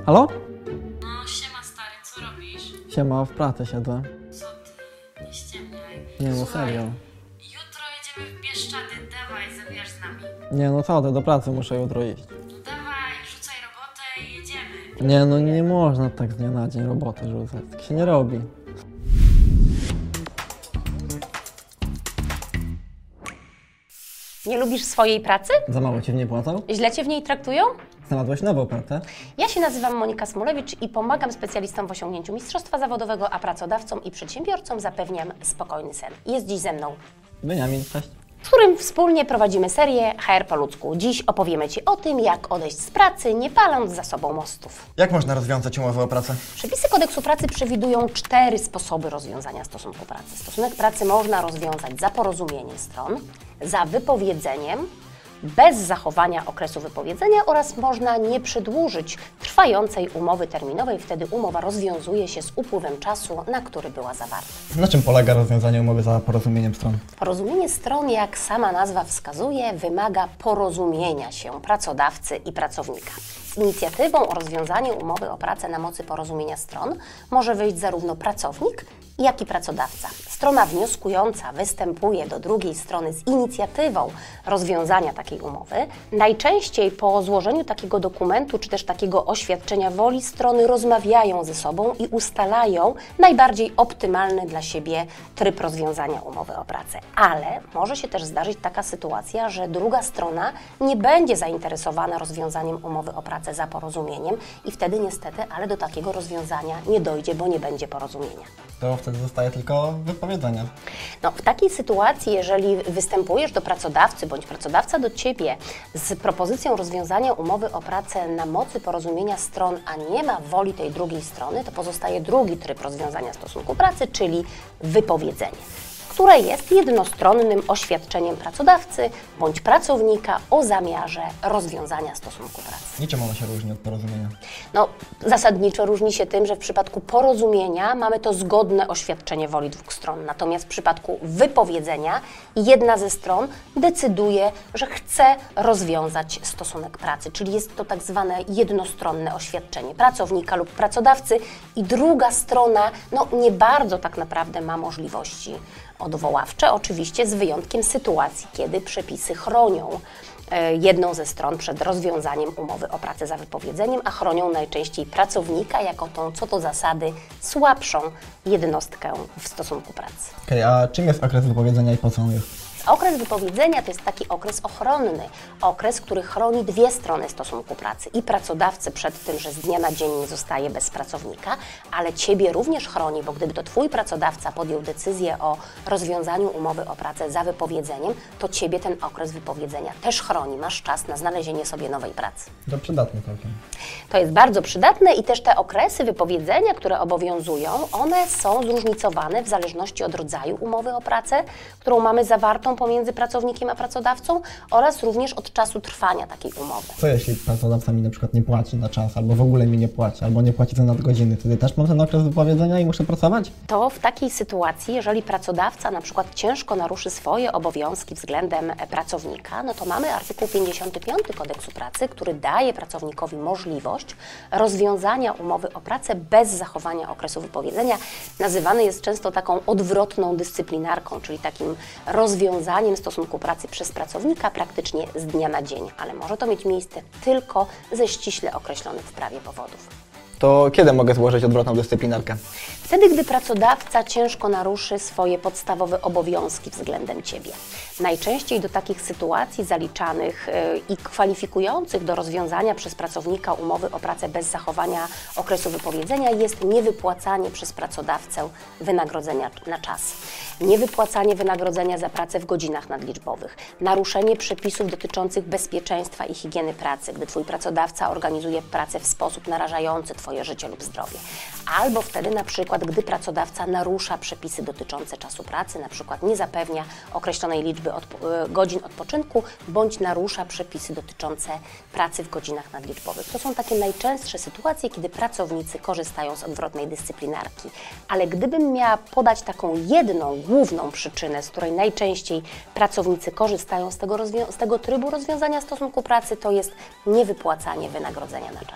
Halo? No, siema stary, co robisz? Siema, w pracy siedzę. Co ty? Nie ściemniaj. Nie no, Słuchaj, serio. jutro jedziemy w Bieszczady, dawaj, zabierz z nami. Nie no, co ty, do pracy muszę jutro iść. No dawaj, rzucaj robotę i jedziemy. Nie no, nie można tak z dnia na dzień roboty rzucać, tak się nie robi. Nie lubisz swojej pracy? Za mało ci w niej płacą? Źle Cię w niej traktują? Znalazłeś nową pracę? Ja się nazywam Monika Smulewicz i pomagam specjalistom w osiągnięciu mistrzostwa zawodowego, a pracodawcom i przedsiębiorcom zapewniam spokojny sen. Jest dziś ze mną, Beniamin, cześć. z którym wspólnie prowadzimy serię HR po ludzku. Dziś opowiemy Ci o tym, jak odejść z pracy, nie paląc za sobą mostów. Jak można rozwiązać umowę o pracę? Przepisy Kodeksu Pracy przewidują 4 sposoby rozwiązania stosunku pracy. Stosunek pracy można rozwiązać za porozumieniem stron, za wypowiedzeniem, bez zachowania okresu wypowiedzenia oraz można nie przedłużyć trwającej umowy terminowej. Wtedy umowa rozwiązuje się z upływem czasu, na który była zawarta. Na czym polega rozwiązanie umowy za porozumieniem stron? Porozumienie stron, jak sama nazwa wskazuje, wymaga porozumienia się pracodawcy i pracownika. Z inicjatywą o rozwiązanie umowy o pracę na mocy porozumienia stron może wyjść zarówno pracownik, jak i pracodawca. Strona wnioskująca występuje do drugiej strony z inicjatywą rozwiązania takiej umowy. Najczęściej po złożeniu takiego dokumentu, czy też takiego oświadczenia woli, strony rozmawiają ze sobą i ustalają najbardziej optymalny dla siebie tryb rozwiązania umowy o pracę. Ale może się też zdarzyć taka sytuacja, że druga strona nie będzie zainteresowana rozwiązaniem umowy o pracę za porozumieniem i wtedy niestety, ale do takiego rozwiązania nie dojdzie, bo nie będzie porozumienia. To wtedy zostaje tylko wypowiedzenie. No, w takiej sytuacji, jeżeli występujesz do pracodawcy bądź pracodawca do Ciebie z propozycją rozwiązania umowy o pracę na mocy porozumienia stron, a nie ma woli tej drugiej strony, to pozostaje drugi tryb rozwiązania stosunku pracy, czyli wypowiedzenie, które jest jednostronnym oświadczeniem pracodawcy bądź pracownika o zamiarze rozwiązania stosunku pracy. Niczym ono się różni od porozumienia? No, zasadniczo różni się tym, że w przypadku porozumienia mamy to zgodne oświadczenie woli dwóch stron, natomiast w przypadku wypowiedzenia jedna ze stron decyduje, że chce rozwiązać stosunek pracy, czyli jest to tak zwane jednostronne oświadczenie pracownika lub pracodawcy i druga strona nie bardzo tak naprawdę ma możliwości odwoławcze, oczywiście z wyjątkiem sytuacji, kiedy przepisy chronią jedną ze stron przed rozwiązaniem umowy o pracę za wypowiedzeniem, a chronią najczęściej pracownika jako tą, co do zasady, słabszą jednostkę w stosunku pracy. Okej, a czym jest okres wypowiedzenia i po co on jest? Okres wypowiedzenia to jest taki okres ochronny, okres, który chroni dwie strony stosunku pracy i pracodawcę przed tym, że z dnia na dzień nie zostaje bez pracownika, ale Ciebie również chroni, bo gdyby to Twój pracodawca podjął decyzję o rozwiązaniu umowy o pracę za wypowiedzeniem, to Ciebie ten okres wypowiedzenia też chroni. Masz czas na znalezienie sobie nowej pracy. To przydatne całkiem. To jest bardzo przydatne i też te okresy wypowiedzenia, które obowiązują, one są zróżnicowane w zależności od rodzaju umowy o pracę, którą mamy zawartą pomiędzy pracownikiem a pracodawcą oraz również od czasu trwania takiej umowy. Co jeśli pracodawca mi na przykład nie płaci na czas, albo w ogóle mi nie płaci, albo nie płaci za nadgodziny, wtedy też mam ten okres wypowiedzenia i muszę pracować? To w takiej sytuacji, jeżeli pracodawca na przykład ciężko naruszy swoje obowiązki względem pracownika, to mamy artykuł 55 Kodeksu Pracy, który daje pracownikowi możliwość rozwiązania umowy o pracę bez zachowania okresu wypowiedzenia. Nazywany jest często taką odwrotną dyscyplinarką, czyli takim rozwiązaniem stosunku pracy przez pracownika praktycznie z dnia na dzień, ale może to mieć miejsce tylko ze ściśle określonych w prawie powodów. To kiedy mogę złożyć odwrotną dyscyplinarkę? Wtedy, gdy pracodawca ciężko naruszy swoje podstawowe obowiązki względem Ciebie. Najczęściej do takich sytuacji zaliczanych i kwalifikujących do rozwiązania przez pracownika umowy o pracę bez zachowania okresu wypowiedzenia jest niewypłacanie przez pracodawcę wynagrodzenia na czas, niewypłacanie wynagrodzenia za pracę w godzinach nadliczbowych, naruszenie przepisów dotyczących bezpieczeństwa i higieny pracy, gdy Twój pracodawca organizuje pracę w sposób narażający Twoje życie lub zdrowie, albo wtedy na przykład, gdy pracodawca narusza przepisy dotyczące czasu pracy, na przykład nie zapewnia określonej liczby godzin odpoczynku, bądź narusza przepisy dotyczące pracy w godzinach nadliczbowych. To są takie najczęstsze sytuacje, kiedy pracownicy korzystają z odwrotnej dyscyplinarki. Ale gdybym miała podać taką jedną, główną przyczynę, z której najczęściej pracownicy korzystają z tego trybu rozwiązania stosunku pracy, to jest niewypłacanie wynagrodzenia na czas.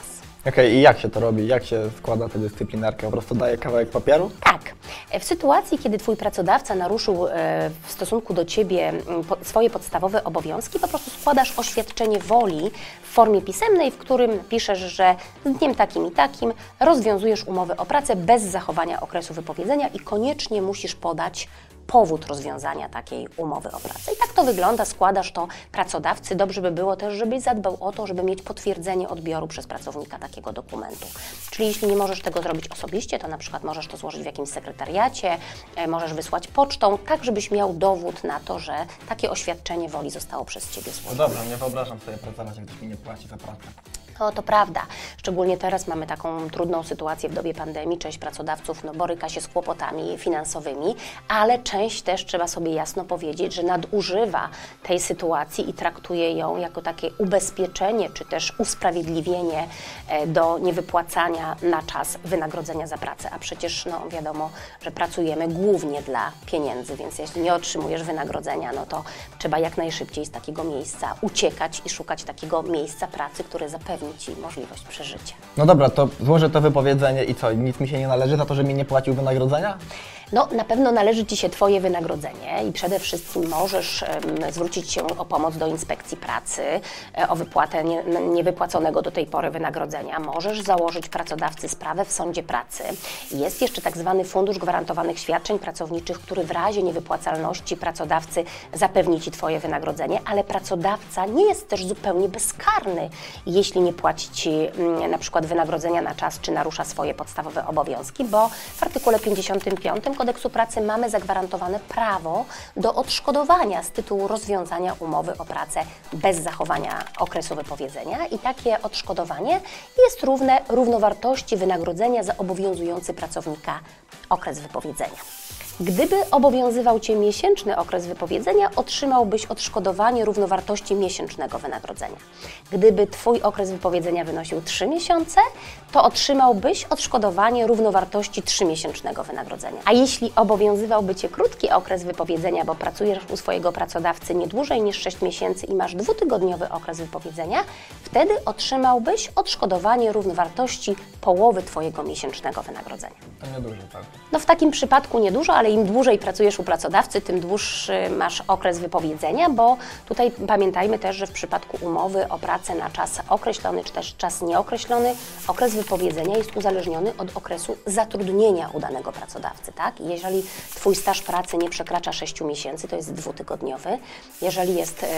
Okej, i jak się to robi? Jak się składa tę dyscyplinarkę? Po prostu daje kawałek papieru? Tak. W sytuacji, kiedy Twój pracodawca naruszył w stosunku do Ciebie swoje podstawowe obowiązki, po prostu składasz oświadczenie woli w formie pisemnej, w którym piszesz, że z dniem takim i takim rozwiązujesz umowę o pracę bez zachowania okresu wypowiedzenia i koniecznie musisz podać powód rozwiązania takiej umowy o pracę. I tak to wygląda, składasz to pracodawcy. Dobrze by było też, żebyś zadbał o to, żeby mieć potwierdzenie odbioru przez pracownika takiego dokumentu. Czyli jeśli nie możesz tego zrobić osobiście, to na przykład możesz to złożyć w jakimś sekretariacie, możesz wysłać pocztą, tak żebyś miał dowód na to, że takie oświadczenie woli zostało przez Ciebie No złożone. dobra, nie wyobrażam sobie pracować, jak ktoś mi nie płaci za pracę. No to prawda. Szczególnie teraz mamy taką trudną sytuację w dobie pandemii. Część pracodawców boryka się z kłopotami finansowymi, ale część też, trzeba sobie jasno powiedzieć, że nadużywa tej sytuacji i traktuje ją jako takie ubezpieczenie, czy też usprawiedliwienie do niewypłacania na czas wynagrodzenia za pracę. A przecież wiadomo, że pracujemy głównie dla pieniędzy, więc jeśli nie otrzymujesz wynagrodzenia, no to trzeba jak najszybciej z takiego miejsca uciekać i szukać takiego miejsca pracy, które zapewni Ci możliwość przeżycia. No dobra, to złożę to wypowiedzenie i co? Nic mi się nie należy za to, że mi nie płacił wynagrodzenia? No, na pewno należy Ci się Twoje wynagrodzenie i przede wszystkim możesz zwrócić się o pomoc do Inspekcji Pracy, o wypłatę niewypłaconego do tej pory wynagrodzenia. Możesz założyć pracodawcy sprawę w sądzie pracy. Jest jeszcze tak zwany Fundusz Gwarantowanych Świadczeń Pracowniczych, który w razie niewypłacalności pracodawcy zapewni Ci Twoje wynagrodzenie, ale pracodawca nie jest też zupełnie bezkarny, jeśli nie płaci Ci na przykład wynagrodzenia na czas, czy narusza swoje podstawowe obowiązki, bo w artykule 55 Kodeksu Pracy mamy zagwarantowane prawo do odszkodowania z tytułu rozwiązania umowy o pracę bez zachowania okresu wypowiedzenia i takie odszkodowanie jest równe równowartości wynagrodzenia za obowiązujący pracownika okres wypowiedzenia. Gdyby obowiązywał Cię miesięczny okres wypowiedzenia, otrzymałbyś odszkodowanie równowartości miesięcznego wynagrodzenia. Gdyby Twój okres wypowiedzenia wynosił 3 miesiące, to otrzymałbyś odszkodowanie równowartości 3-miesięcznego wynagrodzenia. A jeśli obowiązywałby Cię krótki okres wypowiedzenia, bo pracujesz u swojego pracodawcy nie dłużej niż 6 miesięcy i masz 2-tygodniowy okres wypowiedzenia, wtedy otrzymałbyś odszkodowanie równowartości połowy Twojego miesięcznego wynagrodzenia. To niedużo, tak? No w takim przypadku niedużo, ale im dłużej pracujesz u pracodawcy, tym dłuższy masz okres wypowiedzenia, bo tutaj pamiętajmy też, że w przypadku umowy o pracę na czas określony, czy też czas nieokreślony, okres wypowiedzenia jest uzależniony od okresu zatrudnienia u danego pracodawcy, tak? Jeżeli Twój staż pracy nie przekracza 6 miesięcy, to jest 2-tygodniowy. Jeżeli jest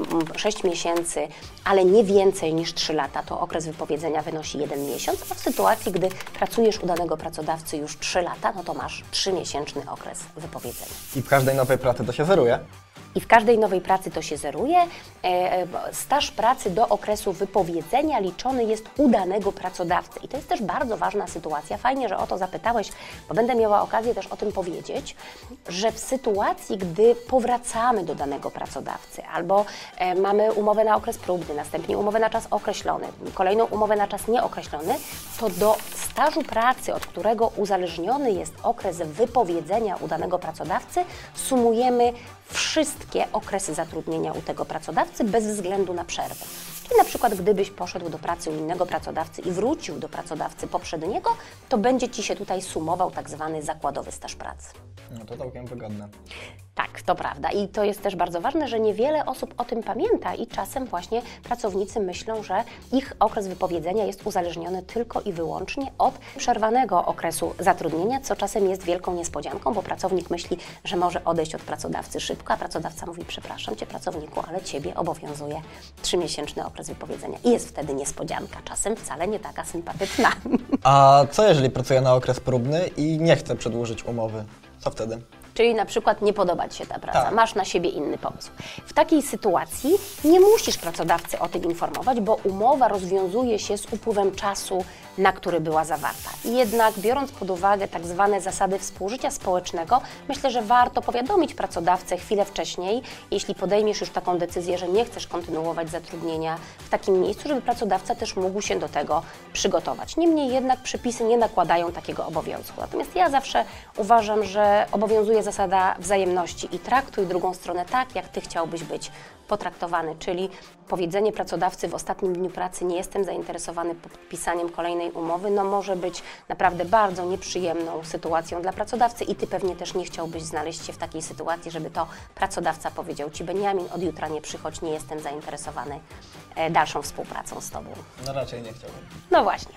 6 miesięcy, ale nie więcej niż 3 lata, to okres wypowiedzenia wynosi 1 miesiąc, a w sytuacji, gdy pracujesz u danego pracodawcy już 3 lata, no to masz 3-miesięczny okres wypowiedzenia. I w każdej nowej pracy to się zeruje? I w każdej nowej pracy to się zeruje. Staż pracy do okresu wypowiedzenia liczony jest u danego pracodawcy. I to jest też bardzo ważna sytuacja. Fajnie, że o to zapytałeś, bo będę miała okazję też o tym powiedzieć, że w sytuacji, gdy powracamy do danego pracodawcy albo mamy umowę na okres próbny, następnie umowę na czas określony, kolejną umowę na czas nieokreślony, to do stażu pracy, od którego uzależniony jest okres wypowiedzenia u danego pracodawcy, sumujemy wszystkie okresy zatrudnienia u tego pracodawcy bez względu na przerwę. Czyli na przykład gdybyś poszedł do pracy u innego pracodawcy i wrócił do pracodawcy poprzedniego, to będzie Ci się tutaj sumował tak zwany zakładowy staż pracy. No to całkiem wygodne. Tak, to prawda. I to jest też bardzo ważne, że niewiele osób o tym pamięta i czasem właśnie pracownicy myślą, że ich okres wypowiedzenia jest uzależniony tylko i wyłącznie od przerwanego okresu zatrudnienia, co czasem jest wielką niespodzianką, bo pracownik myśli, że może odejść od pracodawcy szybko, a pracodawca mówi: przepraszam Cię, pracowniku, ale Ciebie obowiązuje 3-miesięczny okres wypowiedzenia. I jest wtedy niespodzianka, czasem wcale nie taka sympatyczna. A co jeżeli pracuję na okres próbny i nie chcę przedłużyć umowy? Co wtedy? Czyli na przykład nie podoba Ci się ta praca, Tak. masz na siebie inny pomysł. W takiej sytuacji nie musisz pracodawcy o tym informować, bo umowa rozwiązuje się z upływem czasu, na który była zawarta. Jednak biorąc pod uwagę tak zwane zasady współżycia społecznego, myślę, że warto powiadomić pracodawcę chwilę wcześniej, jeśli podejmiesz już taką decyzję, że nie chcesz kontynuować zatrudnienia w takim miejscu, żeby pracodawca też mógł się do tego przygotować. Niemniej jednak przepisy nie nakładają takiego obowiązku. Natomiast ja zawsze uważam, że obowiązuje obowiązuje zasada wzajemności i traktuj drugą stronę tak, jak Ty chciałbyś być potraktowany, czyli powiedzenie pracodawcy w ostatnim dniu pracy nie jestem zainteresowany podpisaniem kolejnej umowy, no może być naprawdę bardzo nieprzyjemną sytuacją dla pracodawcy i Ty pewnie też nie chciałbyś znaleźć się w takiej sytuacji, żeby to pracodawca powiedział Ci: Beniamin, od jutra nie przychodź, nie jestem zainteresowany dalszą współpracą z Tobą. No raczej nie chciałbym. No właśnie.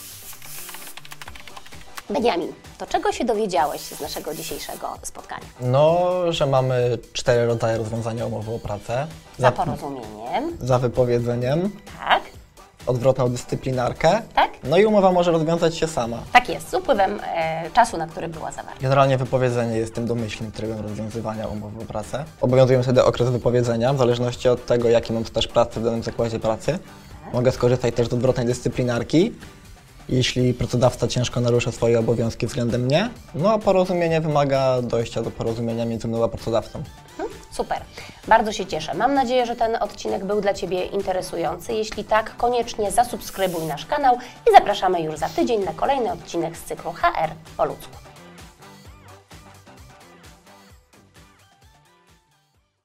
Beniamin, to czego się dowiedziałeś z naszego dzisiejszego spotkania? No, że mamy 4 rodzaje rozwiązania umowy o pracę. Za porozumieniem, Za wypowiedzeniem, tak? odwrotną dyscyplinarkę. Tak? No i umowa może rozwiązać się sama. Tak jest, z upływem czasu, na który była zawarta. Generalnie wypowiedzenie jest tym domyślnym trybem rozwiązywania umowy o pracę. Obowiązuje wtedy okres wypowiedzenia, w zależności od tego, jaki mam staż pracy w danym zakładzie pracy. Mogę skorzystać też z odwrotnej dyscyplinarki, jeśli pracodawca ciężko narusza swoje obowiązki względem mnie, no a porozumienie wymaga dojścia do porozumienia między mną a pracodawcą. Super, bardzo się cieszę. Mam nadzieję, że ten odcinek był dla Ciebie interesujący. Jeśli tak, koniecznie zasubskrybuj nasz kanał i zapraszamy już za tydzień na kolejny odcinek z cyklu HR po ludzku.